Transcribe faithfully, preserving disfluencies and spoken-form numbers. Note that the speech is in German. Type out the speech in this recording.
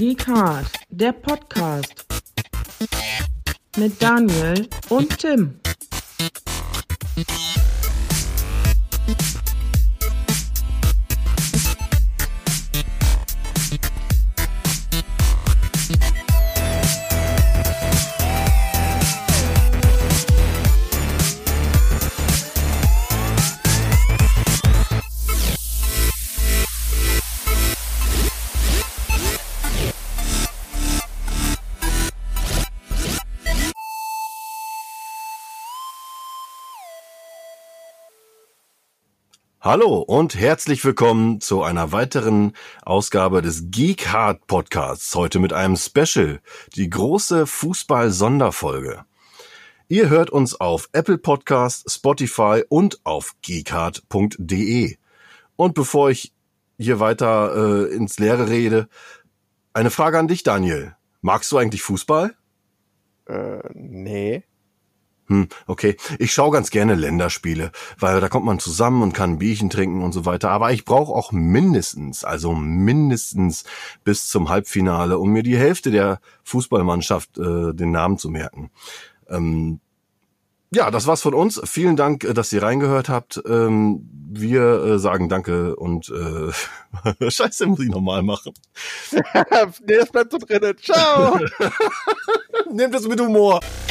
Geek Hard, der Podcast mit Daniel und Tim. Hallo und herzlich willkommen zu einer weiteren Ausgabe des Geek Hard Podcasts. Heute mit einem Special, die große Fußball-Sonderfolge. Ihr hört uns auf Apple Podcasts, Spotify und auf geekhard punkt de. Und bevor ich hier weiter äh, ins Leere rede, eine Frage an dich, Daniel. Magst du eigentlich Fußball? Äh, nee. Hm, okay. Ich schaue ganz gerne Länderspiele, weil da kommt man zusammen und kann ein Bierchen trinken und so weiter. Aber ich brauche auch mindestens, also mindestens bis zum Halbfinale, um mir die Hälfte der Fußballmannschaft äh, den Namen zu merken. Ähm, ja, das war's von uns. Vielen Dank, dass ihr reingehört habt. Ähm, wir äh, sagen Danke und äh, Scheiße, muss ich nochmal machen. Nee, das bleibt so drin. Ciao! Nehmt es mit Humor.